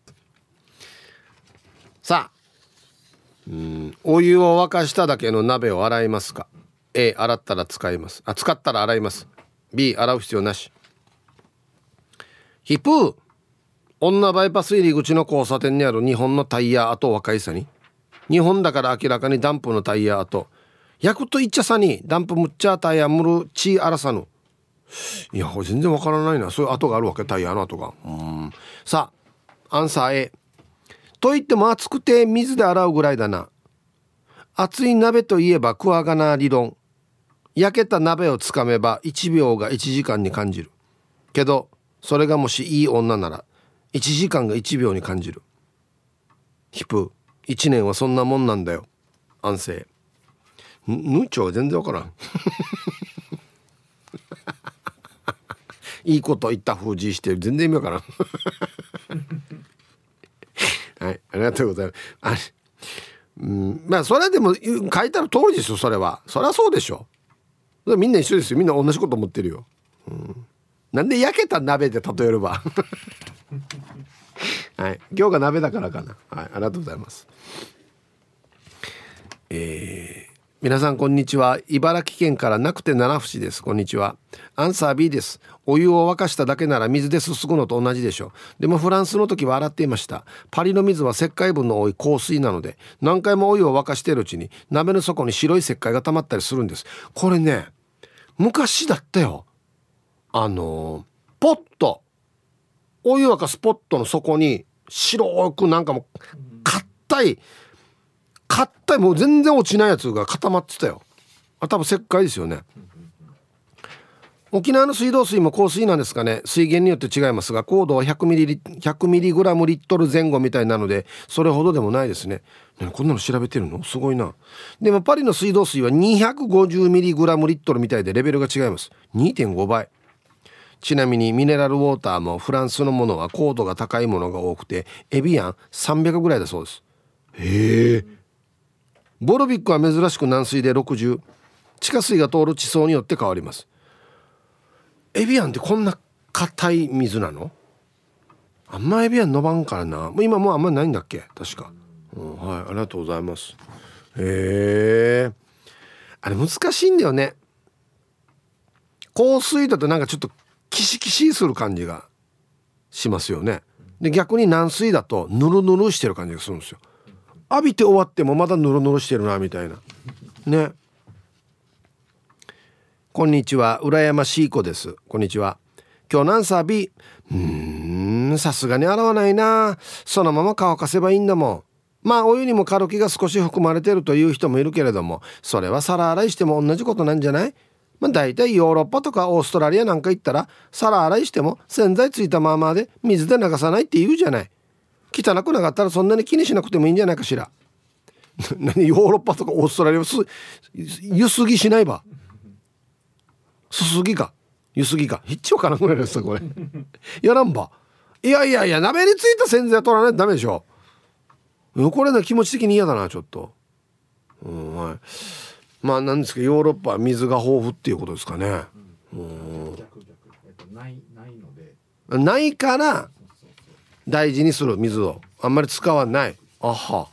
さあ、お湯を沸かしただけの鍋を洗いますか？ A、洗ったら使います。使ったら洗います。 B、洗う必要なし。ヒプー、女バイパス入り口の交差点にある日本のタイヤ跡若いさに、日本だから明らかにダンプのタイヤ跡、焼くといっちゃさにダンプむっちゃタイヤむるちあらさぬ。いや全然わからないな。そういう跡があるわけ、タイヤの跡が。さあアンサー A。 と言っても熱くて水で洗うぐらいだな。熱い鍋といえばクワガナ理論。焼けた鍋をつかめば1秒が1時間に感じるけど、それがもしいい女なら1時間が1秒に感じる。ヒプ1年はそんなもんなんだよ。安静。ぬちょ全然わからんいいこと言った風じして全然意味わからんはい、ありがとうございます。まあそれでも書いてある通りですよ。それはそうでしょ。みんな一緒ですよ。みんな同じこと思ってるよ。なんで焼けた鍋で例えればはい、今日が鍋だからかな。はい、ありがとうございます。皆さんこんにちは。茨城県からなくて七節です。こんにちは。アンサー B です。お湯を沸かしただけなら水ですすぐのと同じでしょ。でもフランスの時は洗っていました。パリの水は石灰分の多い硬水なので、何回もお湯を沸かしているうちに鍋の底に白い石灰が溜まったりするんです。これね、昔だったよ。ポット、お湯沸かすポットの底に白くなんかもう硬いもう全然落ちないやつが固まってたよ。多分石灰ですよね。沖縄の水道水も硬水なんですかね。水源によって違いますが、高度は100ミリグラムリットル前後みたいなので、それほどでもないですね。こんなの調べてるのすごいな。でもパリの水道水は250ミリグラムリットルみたいでレベルが違います。 2.5 倍。ちなみにミネラルウォーターもフランスのものは高度が高いものが多くて、エビアン300ぐらいだそうです。へえ。ボルビックは珍しく軟水で60。地下水が通る地層によって変わります。エビアンってこんな硬い水なの？あんまエビアン飲まんからな。今もうあんまりないんだっけ確か。はい、ありがとうございます。へえ。あれ難しいんだよね。硬水だとなんかちょっとキシキシする感じがしますよね。で逆に軟水だとヌルヌルしてる感じがするんですよ。浴びて終わってもまだヌルヌルしてるなみたいなね。こんにちは、羨ましい子です。こんにちは。今日のアンサー B。 さすがに洗わないな。そのまま乾かせばいいんだもん。まあお湯にもカルキが少し含まれてるという人もいるけれども、それは皿洗いしても同じことなんじゃない？だいたいヨーロッパとかオーストラリアなんか行ったら皿洗いしても洗剤ついたままで水で流さないって言うじゃない。汚くなかったらそんなに気にしなくてもいいんじゃないかしら。何ヨーロッパとかオーストラリアは湯すぎしないば。すすぎか湯すぎかひっちわからんぐらいですこれやらんば。いや鍋についた洗剤は取らないとダメでしょ。これね気持ち的に嫌だなちょっと。はい。まあなんですけどヨーロッパは水が豊富っていうことですかね。 ないので。 ないから大事にする水をあんまり使わない。あは。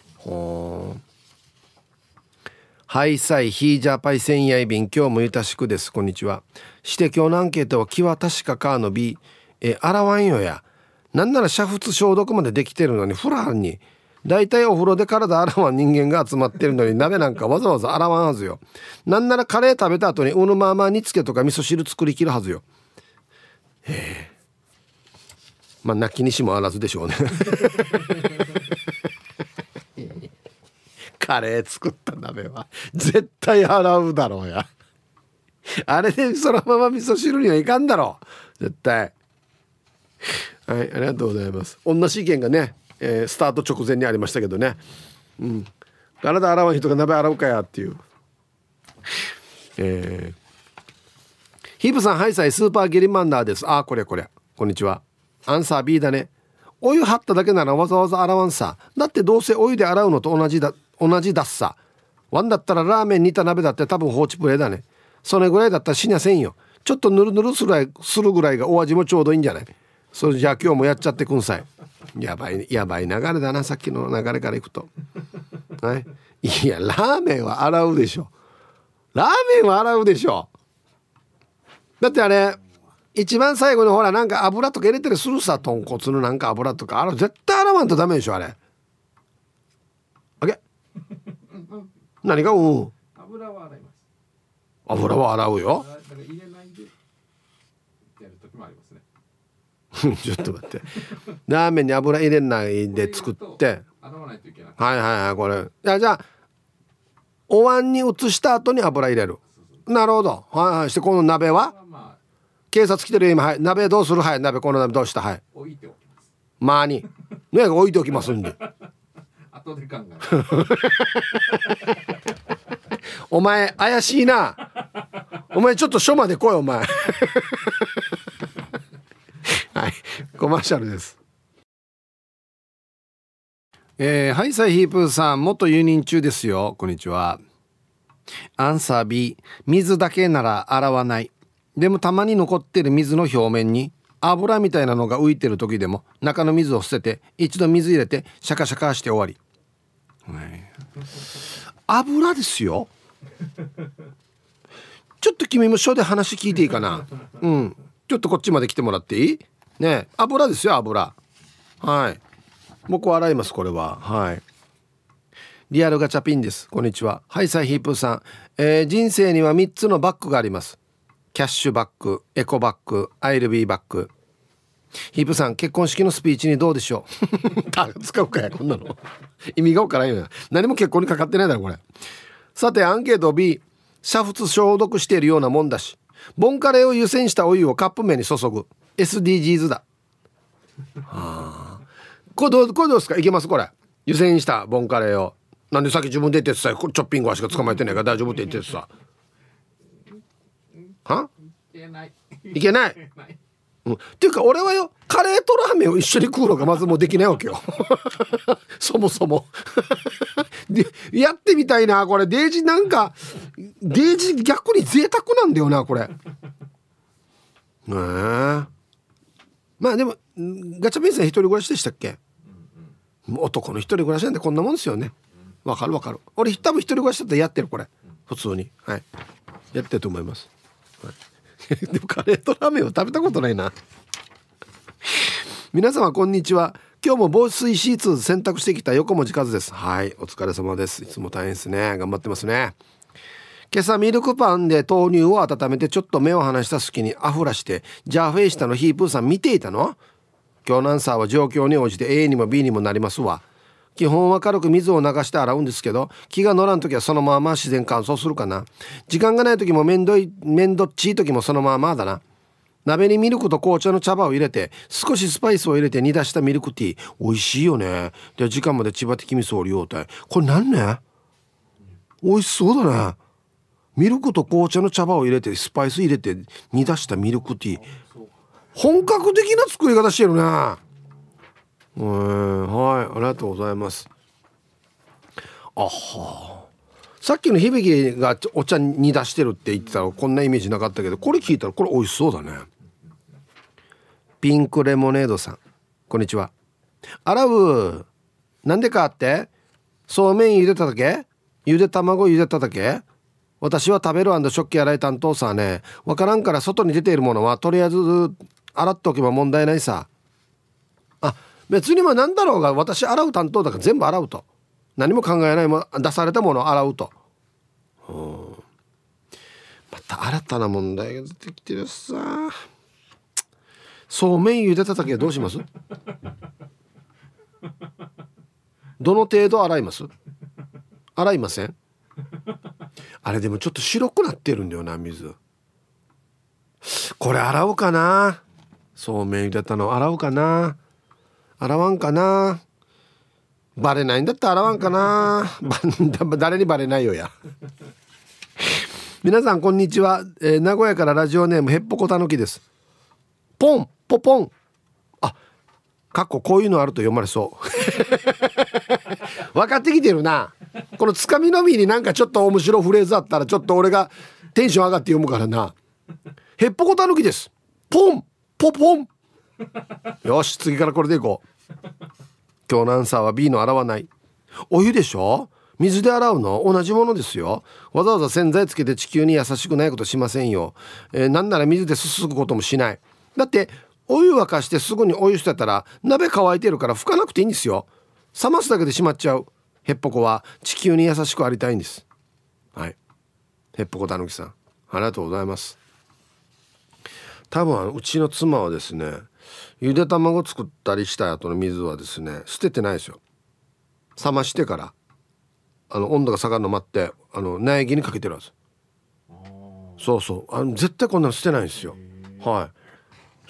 はいさいヒージャーパイセンヤイビン、今日もゆたしくです。こんにちは。して今日のアンケートは気は確かかの B。洗わんよや。なんなら煮沸消毒までできてるのにフランに。だいたいお風呂で体洗わん人間が集まってるのに鍋なんかわざわざ洗わんはずよ。なんならカレー食べた後にうぬまま煮つけとか味噌汁作りきるはずよ。 まあ泣きにしもあらずでしょうねカレー作った鍋は絶対洗うだろうやあれでそのまま味噌汁にはいかんだろう絶対。はい、ありがとうございます。同じ意見がね、スタート直前にありましたけどね、うん、体洗わん人が鍋洗うかやっていう。ヒープさん、ハイサイスーパーゲリマンダーです。あ、これこんにちは。アンサー B だね。お湯張っただけならわざわざ洗わんさ。だってどうせお湯で洗うのと同じだっさ。ワンだったらラーメン煮た鍋だって多分放置プレイだね。それぐらいだったら死にゃせんよ。ちょっとヌルヌルするぐらいがお味もちょうどいいんじゃない。それじゃあ今日もやっちゃってくんさい。やばい流れだな、さっきの流れからいくと、はい、いやラーメンは洗うでしょ。ラーメンは洗うでしょ。だってあれ一番最後にほらなんか油とか入れたりするさ。豚骨のなんか油とかあれ絶対洗わんとダメでしょあれ。あげ何が油は洗います。 油は洗うよ。 だから入れないでやる時もありますねちょっと待ってラーメンに油入れないで作って洗わないといけない。 はいはいはい。これじゃあお椀に移した後に油入れる。なるほど。はいはい。してこの鍋は警察来てる今。はい、鍋どうする。はい、鍋この鍋どうした。はい、 置いておきます。 まあにね置いておきますんで後で考えるお前怪しいな。お前ちょっと署まで来いお前はい、コマーシャルです。ハイサイヒープーさん、元輸入中ですよ。こんにちは。アンサー B、 水だけなら洗わない。でもたまに残ってる水の表面に油みたいなのが浮いてる時でも中の水を捨てて一度水入れてシャカシャカして終わり、はい、油ですよ。ちょっと君も署で話聞いていいかな。うん、ちょっとこっちまで来てもらっていいね。油ですよ油。はい、僕は洗いますこれは。はい。リアルガチャピンです。こんにちは。ハイサイヒープーさん、人生には3つのバッグがあります。キャッシュバッグ、エコバッグ、アイルビーバッグ。ヒープさん、結婚式のスピーチにどうでしょう使うかやこんなの意味がわからんよな。何も結婚にかかってないだろこれ。さてアンケート B、 煮沸消毒しているようなもんだし、ボンカレーを湯煎したお湯をカップ麺に注ぐ SDGs だ。はあ、これどうですか。いけますこれ。湯煎したボンカレーをなんでさっき自分で言ってさ、チョッピング足が捕まえてないから大丈夫って言ってさ。はいけないうん、っていうか俺はよ、カレーとラーメンを一緒に食うのがまずもうできないわけよそもそもでやってみたいなこれ。デージなんかデージ逆に贅沢なんだよなこれ。まあでもガチャピンさん一人暮らしでしたっけ。男の一人暮らしなんでこんなもんですよね。わかる。俺多分一人暮らしだったらやってるこれ普通に。はい、やってると思います。でもカレーとラーメンは食べたことないな皆様こんにちは。今日も防水シーツ洗濯してきた横文字和です。はい、お疲れ様です。いつも大変ですね。頑張ってますね。今朝ミルクパンで豆乳を温めてちょっと目を離した隙にアフラしてジャーフェイしたのヒープーさん見ていたの。今日のアンサーは状況に応じて A にも B にもなりますわ。基本は軽く水を流して洗うんですけど、気が乗らん時はそのまま自然乾燥するかな。時間がない時もめんどっちい時もそのままだな。鍋にミルクと紅茶の茶葉を入れて少しスパイスを入れて煮出したミルクティー美味しいよね。で時間まで千葉的味噌を利用体これ何ね。美味しそうだね。ミルクと紅茶の茶葉を入れてスパイス入れて煮出したミルクティー、本格的な作り方してるね。はい、ありがとうございます。あは、さっきの響がお茶に出してるって言ってたらこんなイメージなかったけど、これ聞いたらこれ美味しそうだね。ピンクレモネードさん、こんにちは。洗うなんでかってそうめん茹でただけ、ゆで卵茹でただけ。私は食べる&食器洗い担当さね。わからんから外に出ているものはとりあえず洗っておけば問題ないさ。あ、別になんだろうが私洗う担当だから全部洗うと。何も考えないも出されたものを洗うと。また新たな問題が出てきてるさ。 そうめん茹でた時はどうします？どの程度洗います？洗いません？あれでもちょっと白くなってるんだよな、水。これ洗うかな。そうめん茹でたの洗うかな、洗わんかな。バレないんだったら洗わんかな。誰にバレないよや。皆さんこんにちは、名古屋からラジオネームへっぽこたぬきです。ポンポポン、あ、かっここういうのあると読まれそう分かってきてるな。このつかみのみになんかちょっと面白いフレーズあったらちょっと俺がテンション上がって読むからな。へっぽこたぬきです。ポンポポン。よし、次からこれでいこう。今日のアンサーは B の洗わない。お湯でしょ、水で洗うの同じものですよ。わざわざ洗剤つけて地球に優しくないことしませんよ。なんなら水ですすぐこともしない。だってお湯沸かしてすぐにお湯捨てたら鍋乾いてるから拭かなくていいんですよ。冷ますだけでしまっちゃう。へっぽこは地球に優しくありたいんです。はい、へっぽこたぬきさん、ありがとうございます。多分うちの妻はですね、ゆで卵作ったりした後の水はですね、捨ててないですよ。冷ましてから温度が下がるの待って苗木にかけてるはず。そうそう、絶対こんなの捨てないんですよ。はい、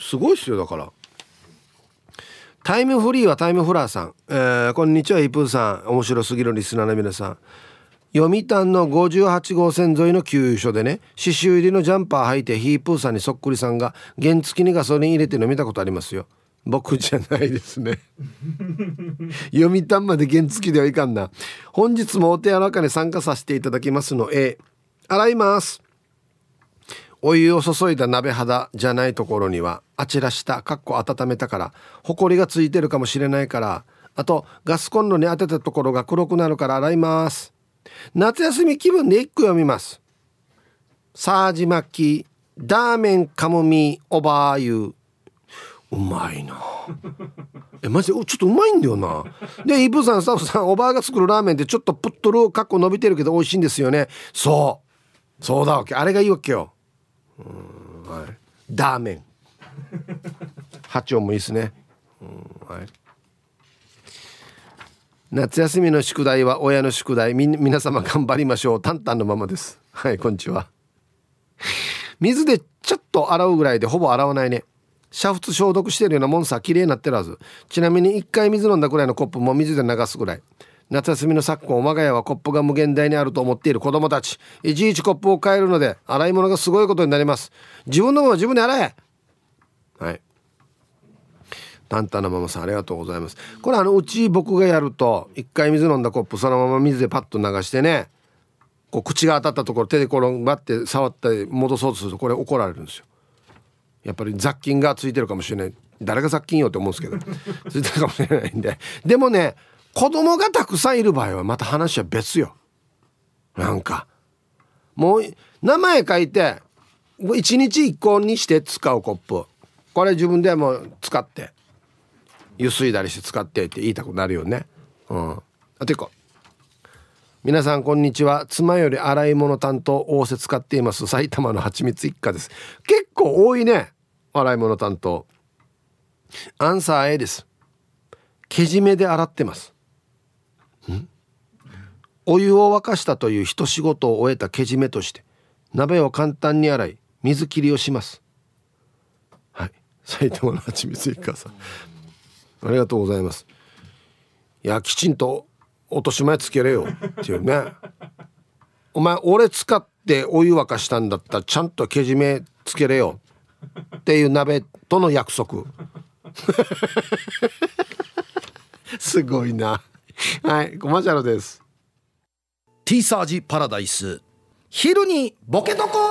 すごいっすよ。だからタイムフリーはタイムフラーさん、こんにちは、イプーさん、面白すぎるリスナーの皆さん。読谷の58号線沿いの給油所でね、刺繍入りのジャンパー履いてヒープーさんにそっくりさんが原付にガソリン入れてるの見たことありますよ。僕じゃないですね。読谷まで原付ではいかんな。本日もお手柔らかに参加させていただきますので、洗います。お湯を注いだ鍋肌じゃないところにはあちらした温めたからホコリがついてるかもしれないから、あとガスコンロに当てたところが黒くなるから洗います。夏休み気分で一句読みます。サージ巻きダーメンカモミおばあゆ。うまいな。マジでちょっとうまいんだよな。でイブさん、スタッフさん、おばあが作るラーメンってちょっとプットル伸びてるけど美味しいんですよね。そうだわけ、あれがいいわけよ。はい、ダーメン八音もいいですね。はい、夏休みの宿題は親の宿題、皆様頑張りましょう。タンタンのままです。はい、こんにちは。水でちょっと洗うぐらいでほぼ洗わないね。煮沸消毒してるようなもんさ、綺麗になってるはず。ちなみに1回水飲んだくらいのコップも水で流すぐらい。夏休みの昨今、我が家はコップが無限大にあると思っている子供たち、いちいちコップを変えるので洗い物がすごいことになります。自分のものは自分で洗え。はい、タンタンのママさん、ありがとうございます。これうち僕がやると、1回水飲んだコップそのまま水でパッと流してね、こう口が当たったところ手で転がって触って戻そうとするとこれ怒られるんですよ。やっぱり雑菌がついてるかもしれない。誰が雑菌よって思うんですけどついてるかもしれないんで。でもね、子供がたくさんいる場合はまた話は別よ。なんかもう名前書いて1日1個にして使うコップ、これ自分でも使ってゆすいだりして使ってって言いたくなるよね。あと1個、皆さんこんにちは、妻より洗い物担当仰せ使っています埼玉のはちみつ一家です。結構多いね、洗い物担当。アンサー A です。けじめで洗ってます。お湯を沸かしたという一仕事を終えたけじめとして鍋を簡単に洗い水切りをします。はい、埼玉のはちみつ一家さん、ありがとうございます。いや、きちんと落とし前つけれよっていうね。お前俺使ってお湯沸かしたんだったらちゃんとけじめつけれよっていう鍋との約束すごいな。はい、コマーシャルです。 ティーサージパラダイス、昼にボケとこ。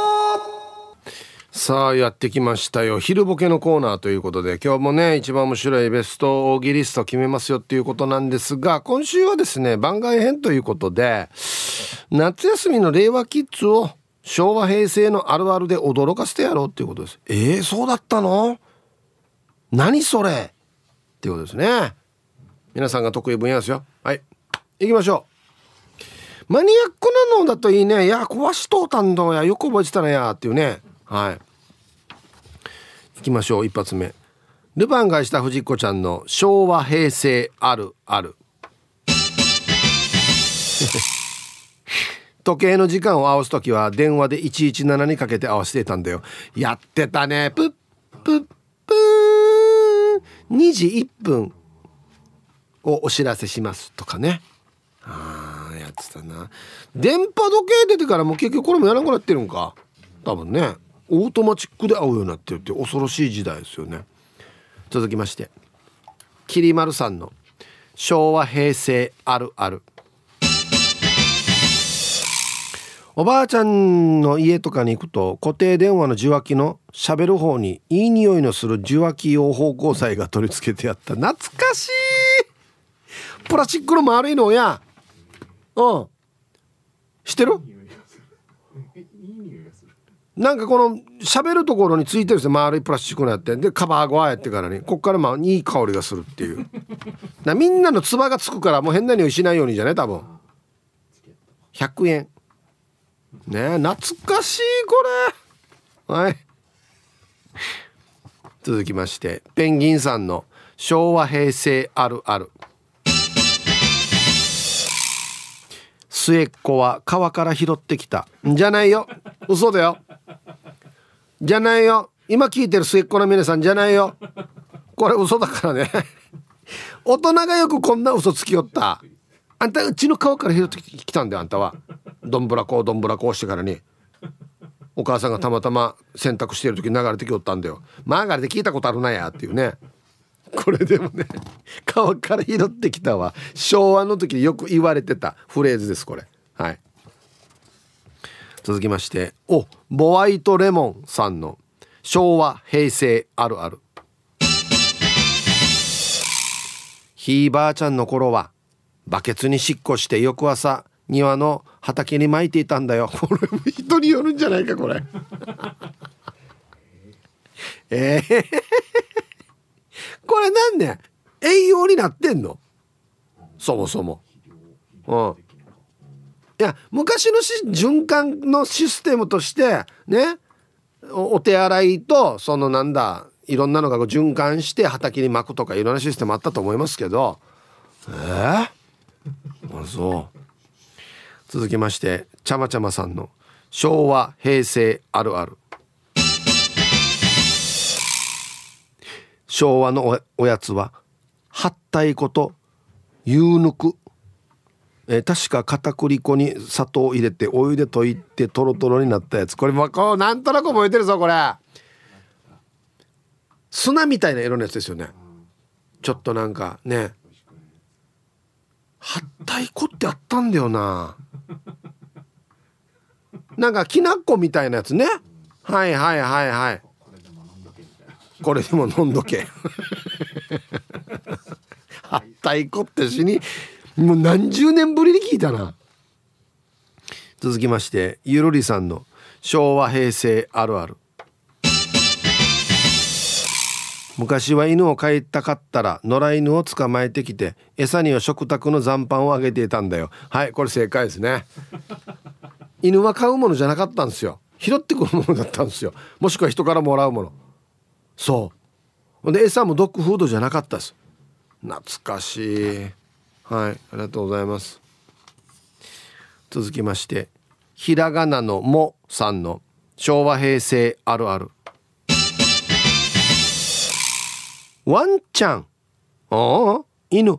さあやってきましたよ、昼ボケのコーナーということで、今日もね一番面白いベスト大喜利リスト決めますよっていうことなんですが、今週はですね番外編ということで、夏休みの令和キッズを昭和平成のあるあるで驚かせてやろうっていうことです。そうだったの？何それっていうことですね。皆さんが得意分野ですよ。はい、行きましょう。マニアックなのだといいね。いや壊しとうたんだや、よく覚えてたなやっていうね。はい、 いきましょう。一発目、ルパンがした藤子ちゃんの昭和平成あるある。時計の時間を合わすときは電話で117にかけて合わせていたんだよ。やってたね。プップップーン2時1分をお知らせしますとかね。やってたな。電波時計出てからもう結局これもやらなくなってるんか多分ね。オートマチックで合うようになってるって恐ろしい時代ですよね。続きまして、きりまるさんの昭和平成あるある。おばあちゃんの家とかに行くと固定電話の受話器の喋る方にいい匂いのする受話器用芳香剤が取り付けてあった。懐かしい。プラスチックの丸いのや。知ってる？なんかこの喋るところについてるんですよ。丸いプラスチックのやって。でカバーゴアやってからにこっからまあいい香りがするっていうみんなの唾がつくからもう変な匂いしないようにじゃね多分。100円ねえ、懐かしいこれ。はい。続きまして、ペンギンさんの昭和平成あるある。末っ子は川から拾ってきた。じゃないよ。嘘だよ。じゃないよ。今聞いてる末っ子の皆さんじゃないよ。これ嘘だからね。大人がよくこんな嘘つきよった。あんたうちの川から拾ってきたんだよ。あんたはどんぶらこうしてからにお母さんがたまたま洗濯してる時に流れてきよったんだよ。流れて聞いたことあるなやっていうね。これでもね、川から拾ってきたは昭和の時によく言われてたフレーズですこれ。はい。続きまして、ボワイトレモンさんの昭和平成あるある。ひいばあちゃんの頃はバケツにしっこして翌朝庭の畑に撒いていたんだよ。これも人によるんじゃないかこれ。これなんで栄養になってんのそもそも。いや昔の循環のシステムとしてね、お手洗いとそのなんだいろんなのが循環して畑に撒くとかいろんなシステムあったと思いますけど、そう続きまして、ちゃまちゃまさんの昭和平成あるある。昭和の おやつははったいこと牛ぬく、確か片栗粉に砂糖を入れてお湯で溶いてトロトロになったやつ。これもこうなんとなく覚えてるぞこれ。砂みたいな色のやつですよね。ちょっとなんかね、はったいこってあったんだよな。なんかきな粉みたいなやつね。はいはいはいはい。これでも飲んどけ。はったいこって死にもう何十年ぶりに聞いたな。続きまして、ゆるりさんの昭和平成あるある。昔は犬を飼いたかったら野良犬を捕まえてきて餌には食卓の残飯をあげていたんだよ。はい、これ正解ですね。犬は飼うものじゃなかったんですよ。拾ってくるものだったんですよ。もしくは人からもらうもの。そうで餌もドッグフードじゃなかったです。懐かしい。はい、ありがとうございます。続きまして、ひらがなのもさんの昭和平成あるある。ワンちゃん、犬。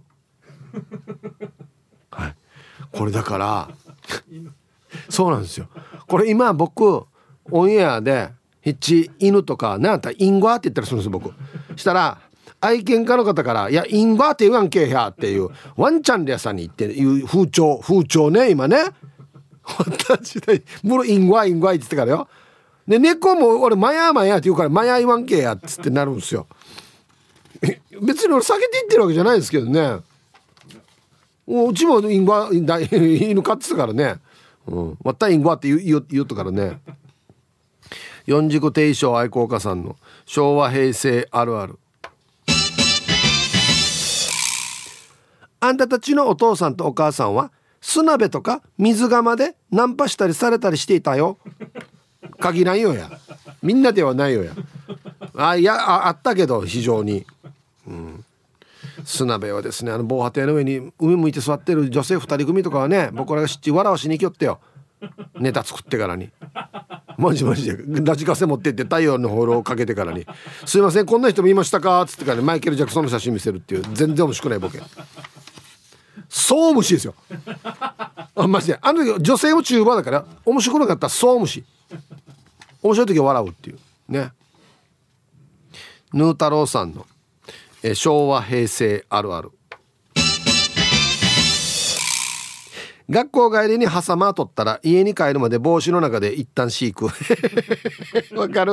はい、これだからそうなんですよ。これ今僕オンエアでヒッチ犬とかなんたインゴアって言ったりするんですよ僕。したら愛犬家の方から「いやインゴアって言わんけや」っていうワンちゃんレアさんに言っていう風潮ね今ね。私でもろインゴアって言ってからよ。で猫も俺マヤって言うからマヤ言わんけやっつってなるんですよ。別に俺避けて言ってるわけじゃないですけどね。うちもインゴア犬飼ってたからね。またインゴアって言ったからね。四軸定称愛好家さんの昭和平成あるある。あんたたちのお父さんとお母さんは砂辺とか水釜でナンパしたりされたりしていたよ。限らんよや。みんなではないよや。 いやあったけど非常に、砂辺はですね、防波堤の上に海向いて座ってる女性2人組とかはね、僕らが笑わしに行きよってよ、ネタ作ってからにマジでラジカセ持ってって太陽のホールをかけてからに、すいませんこんな人見ましたかっつってから、ね、マイケル・ジャクソンの写真見せるっていう全然面白くないボケ。そう無視ですよマジで。あの時女性も中盤だから面白くなかったらそう無視、面白い時は笑うっていうね。ヌー太郎さんの昭和平成あるある。学校帰りに挟ま取ったら家に帰るまで帽子の中で一旦飼育わかる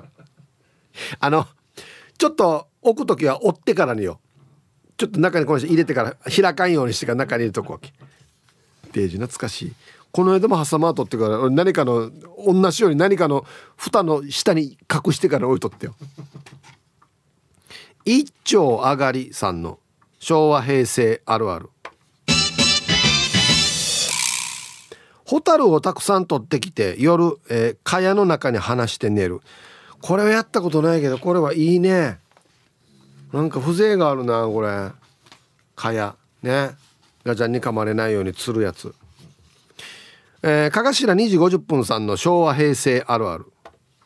ちょっと置くときは折ってからによ、ちょっと中にこの人入れてから開かんようにしてから中に入れとくわけ。デージ懐かしい。この間も挟ま取ってから何かの同じように何かの蓋の下に隠してから置いとってよ。一丁上がりさんの昭和平成あるある。ホタルをたくさん取ってきて夜、蚊帳の中に放して寝る。これはやったことないけどこれはいいね。なんか風情があるなこれ。蚊帳ね、ガチャンに噛まれないように釣るやつ。かがしら2時50分さんの昭和平成あるある。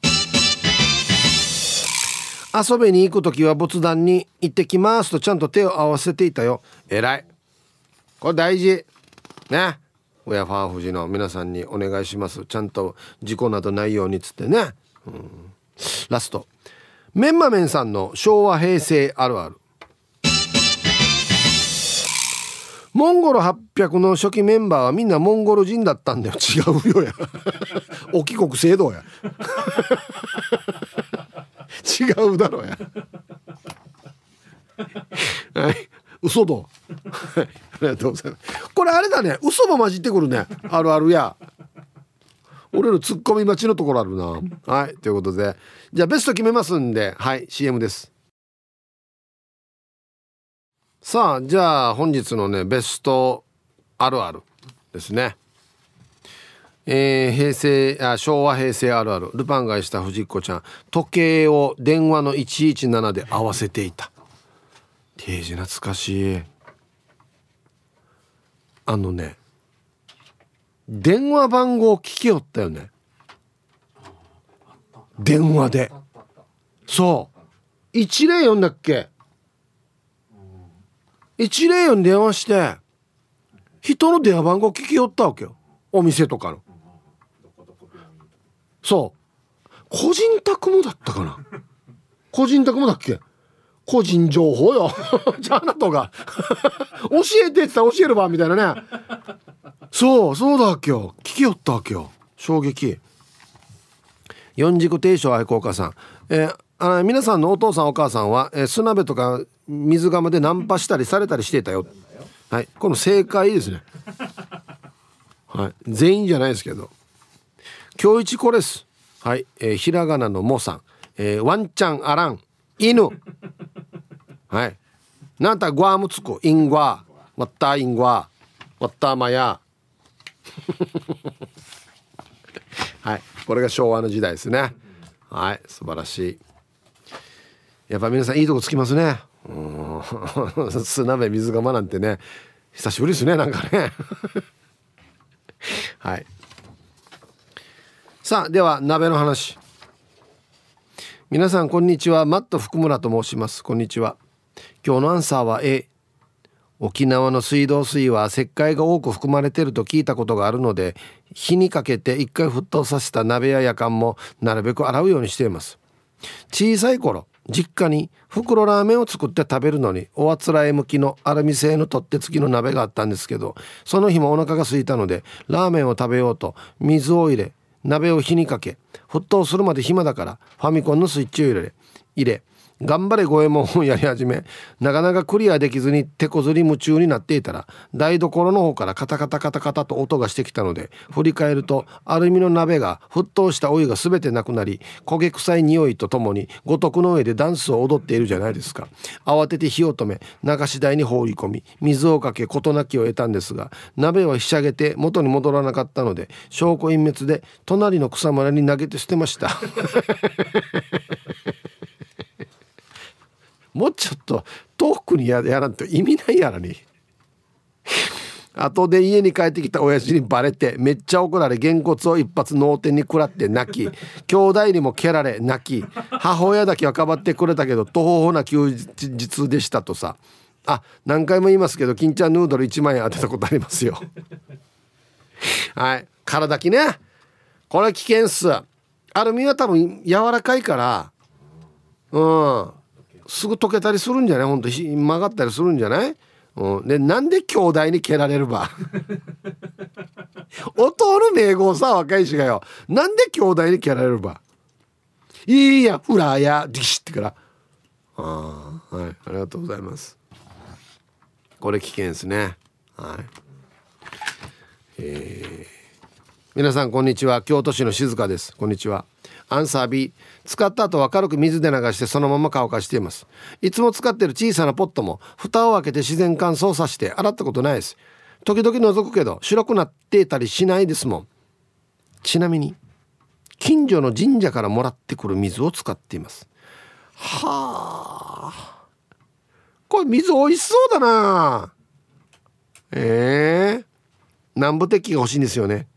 遊びに行くときは仏壇に行ってきますとちゃんと手を合わせていたよ。偉い、これ大事ね。親ファーフジの皆さんにお願いします。ちゃんと事故などないようにっつってね、ラストメンマメンさんの昭和平成あるある。モンゴル800の初期メンバーはみんなモンゴル人だったんだよ。違うよやお帰国制度や違うだろうやはい、嘘だありがとうございます。これあれだね、嘘も混じってくるね。あるあるや、俺のツッコミ待ちのところあるな。はい、ということでじゃあベスト決めますんで、はい CM です。さあじゃあ本日のねベストあるあるですね。昭和平成あるある。ルパンがした藤子ちゃん、時計を電話の117で合わせていた。定時懐かしい。電話番号聞きよったよね、電話で。そう104だっけ、104に電話して人の電話番号聞きよったわけよ、お店とかの。そう個人宅もだったかな個人宅もだっけ、個人情報よじゃああなたが教えてって言ったら教えるわみたいなね。そうだわけよ、聞きよったわけよ、衝撃。四軸定称愛好家さん、皆さんのお父さんお母さんは、砂辺とか水釜でナンパしたりされたりしていたよ。はい、この正解ですねはい、全員じゃないですけど。今日一これです。はい、ひらがなのもさん、ワンちゃんあらん犬はい、なんたグアムつくイングワワッターイングワワッターマヤはい、これが昭和の時代ですね。はい、素晴らしい。やっぱ皆さんいいとこつきますね。砂辺水釜なんてね久しぶりですね、なんかねはい。さあでは鍋の話。皆さんこんにちは、マット福村と申します。こんにちは。今日のアンサーは A。 沖縄の水道水は石灰が多く含まれていると聞いたことがあるので、火にかけて一回沸騰させた鍋ややかんもなるべく洗うようにしています。小さい頃実家に袋ラーメンを作って食べるのにおあつらえ向きのアルミ製の取っ手付きの鍋があったんですけど、その日もお腹が空いたのでラーメンを食べようと水を入れ鍋を火にかけ、沸騰するまで暇だからファミコンのスイッチを入れ頑張れ五右衛門をやり始め、なかなかクリアできずに手こずり夢中になっていたら台所の方からカタカタカタカタと音がしてきたので、振り返るとアルミの鍋が沸騰したお湯が全てなくなり、焦げ臭い匂いとともに五徳の上でダンスを踊っているじゃないですか。慌てて火を止め流し台に放り込み水をかけ事なきを得たんですが、鍋はひしゃげて元に戻らなかったので証拠隠滅で隣の草むらに投げて捨てましたもうちょっと遠くにやらんと意味ないやらに。後で家に帰ってきた親父にバレてめっちゃ怒られ、げんこつを一発脳天に食らって泣き、兄弟にも蹴られ泣き、母親だけはかばってくれたけど途方法な休日でしたとさ。あ、何回も言いますけど金ちゃんヌードル1万円当てたことありますよ。はい、体きね、これ危険っす。アルミは多分柔らかいから、すぐ溶けたりするんじゃない、ほんと曲がったりするんじゃない。でなんで兄弟に蹴られるば。お通る名号さ、若いしがよ、なんで兄弟に蹴られるば。いいやフラーやディシってから。はい、ありがとうございます。これ危険ですね。はい、皆さんこんにちは、京都市の静香です。こんにちは。アンサー B、 使った後は軽く水で流してそのまま乾かしています。いつも使っている小さなポットも蓋を開けて自然乾燥させて洗ったことないです。時々覗くけど白くなっていたりしないですもん。ちなみに近所の神社からもらってくる水を使っています。はあ、これ水美味しそうだな。南部鉄器が欲しいんですよね。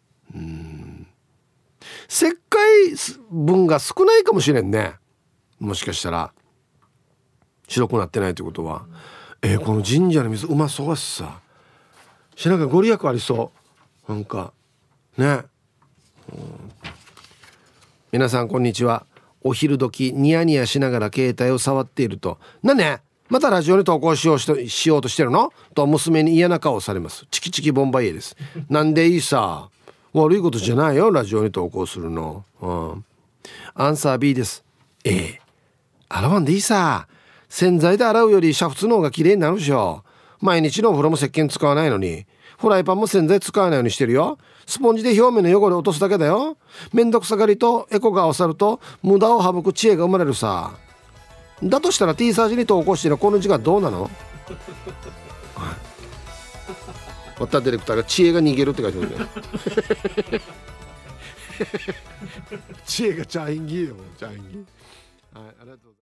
石灰分が少ないかもしれんね。もしかしたら白くなってないということは、この神社の水うまそうだしさ、なんかご利益ありそう、なんかね。皆さんこんにちは。お昼時ニヤニヤしながら携帯を触っていると、なんねまたラジオに投稿しようとしてるのと娘に嫌な顔をされます。チキチキボンバイエです。なんでいいさ、悪いことじゃないよラジオに投稿するの。アンサー B です。洗わんでいいさ、洗剤で洗うより煮沸の方が綺麗になるでしょ。毎日のお風呂も石鹸使わないのに、フライパンも洗剤使わないようにしてるよ。スポンジで表面の汚れを落とすだけだよ。めんどくさがりとエコが合わさると無駄を省く知恵が生まれるさ。だとしたら T サージに投稿してるこの時間どうなの。ワッターディレクターが知恵が逃げるって書いてますね。知恵がチャーインギーよ、チャーインギー。はい、ありがとうございます。